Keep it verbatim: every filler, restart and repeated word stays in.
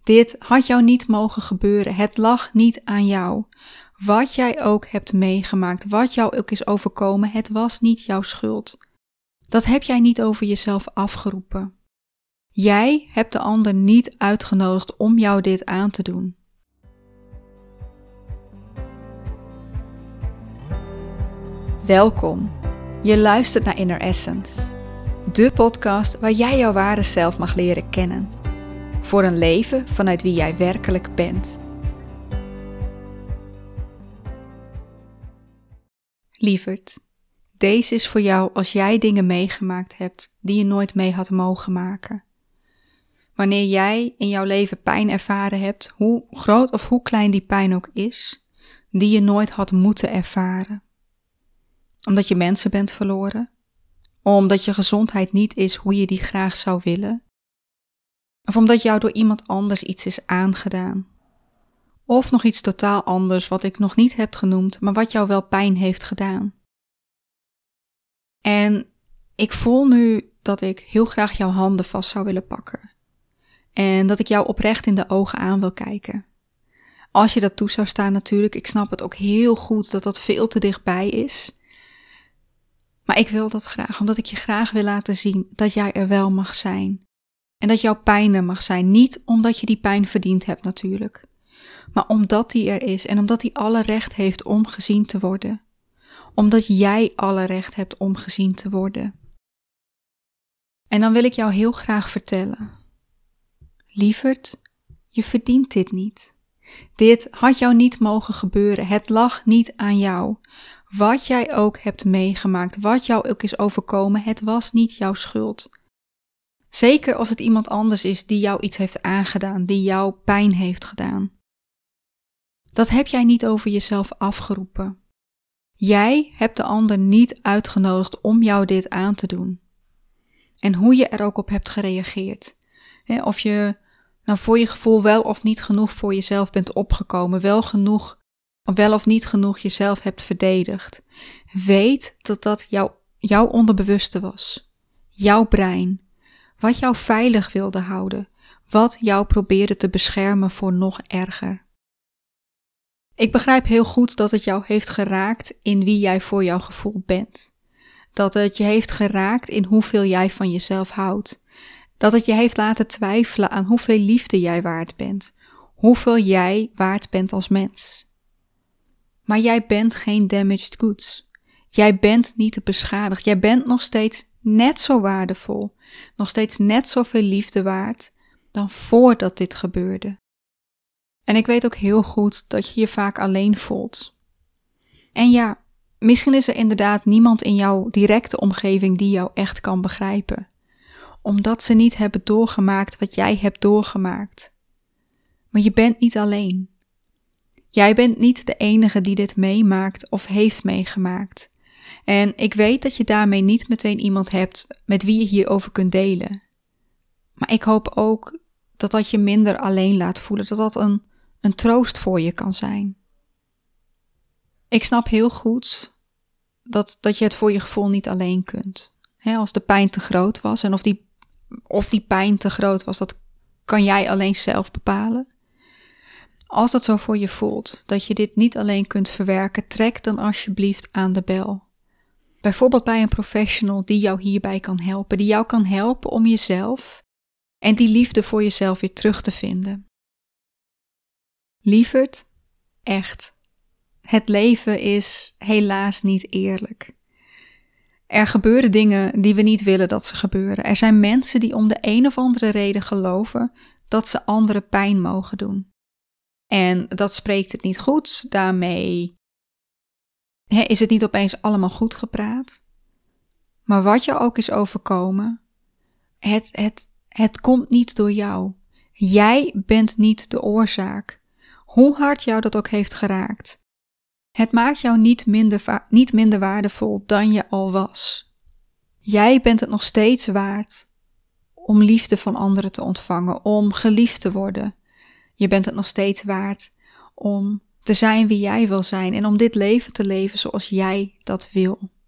Dit had jou niet mogen gebeuren. Het lag niet aan jou. Wat jij ook hebt meegemaakt, wat jou ook is overkomen, het was niet jouw schuld. Dat heb jij niet over jezelf afgeroepen. Jij hebt de ander niet uitgenodigd om jou dit aan te doen. Welkom. Je luistert naar Inner Essence. De podcast waar jij jouw ware zelf mag leren kennen. Voor een leven vanuit wie jij werkelijk bent. Lieverd, deze is voor jou als jij dingen meegemaakt hebt die je nooit mee had mogen maken. Wanneer jij in jouw leven pijn ervaren hebt, hoe groot of hoe klein die pijn ook is, die je nooit had moeten ervaren. Omdat je mensen bent verloren, omdat je gezondheid niet is hoe je die graag zou willen, of omdat jou door iemand anders iets is aangedaan. Of nog iets totaal anders wat ik nog niet heb genoemd, maar wat jou wel pijn heeft gedaan. En ik voel nu dat ik heel graag jouw handen vast zou willen pakken. En dat ik jou oprecht in de ogen aan wil kijken. Als je dat toe zou staan natuurlijk, ik snap het ook heel goed dat dat veel te dichtbij is. Maar ik wil dat graag, omdat ik je graag wil laten zien dat jij er wel mag zijn. En dat jouw pijn er mag zijn. Niet omdat je die pijn verdiend hebt natuurlijk. Maar omdat die er is en omdat die alle recht heeft om gezien te worden. Omdat jij alle recht hebt om gezien te worden. En dan wil ik jou heel graag vertellen. Lieverd, je verdient dit niet. Dit had jou niet mogen gebeuren. Het lag niet aan jou. Wat jij ook hebt meegemaakt, wat jou ook is overkomen, het was niet jouw schuld. Zeker als het iemand anders is die jou iets heeft aangedaan, die jou pijn heeft gedaan. Dat heb jij niet over jezelf afgeroepen. Jij hebt de ander niet uitgenodigd om jou dit aan te doen. En hoe je er ook op hebt gereageerd. Of je nou voor je gevoel wel of niet genoeg voor jezelf bent opgekomen, wel genoeg of wel of niet genoeg jezelf hebt verdedigd. Weet dat dat jou, jouw onderbewuste was. Jouw brein. Wat jou veilig wilde houden. Wat jou probeerde te beschermen voor nog erger. Ik begrijp heel goed dat het jou heeft geraakt in wie jij voor jouw gevoel bent. Dat het je heeft geraakt in hoeveel jij van jezelf houdt. Dat het je heeft laten twijfelen aan hoeveel liefde jij waard bent. Hoeveel jij waard bent als mens. Maar jij bent geen damaged goods. Jij bent niet beschadigd. Jij bent nog steeds net zo waardevol. Nog steeds net zoveel liefde waard dan voordat dit gebeurde. En ik weet ook heel goed dat je je vaak alleen voelt. En ja, misschien is er inderdaad niemand in jouw directe omgeving die jou echt kan begrijpen. Omdat ze niet hebben doorgemaakt wat jij hebt doorgemaakt. Maar je bent niet alleen. Jij bent niet de enige die dit meemaakt of heeft meegemaakt. En ik weet dat je daarmee niet meteen iemand hebt met wie je hierover kunt delen. Maar ik hoop ook dat dat je minder alleen laat voelen, dat dat een, een troost voor je kan zijn. Ik snap heel goed dat, dat je het voor je gevoel niet alleen kunt. He, als de pijn te groot was en of die, of die pijn te groot was, dat kan jij alleen zelf bepalen. Als dat zo voor je voelt, dat je dit niet alleen kunt verwerken, trek dan alsjeblieft aan de bel. Bijvoorbeeld bij een professional die jou hierbij kan helpen, die jou kan helpen om jezelf en die liefde voor jezelf weer terug te vinden. Lieverd, echt, het leven is helaas niet eerlijk. Er gebeuren dingen die we niet willen dat ze gebeuren. Er zijn mensen die om de een of andere reden geloven dat ze anderen pijn mogen doen. En dat spreekt het niet goed, daarmee he, is het niet opeens allemaal goed gepraat. Maar wat je ook is overkomen, het, het, het komt niet door jou. Jij bent niet de oorzaak. Hoe hard jou dat ook heeft geraakt. Het maakt jou niet minder, va- niet minder waardevol dan je al was. Jij bent het nog steeds waard om liefde van anderen te ontvangen, om geliefd te worden. Je bent het nog steeds waard om te zijn wie jij wil zijn en om dit leven te leven zoals jij dat wil.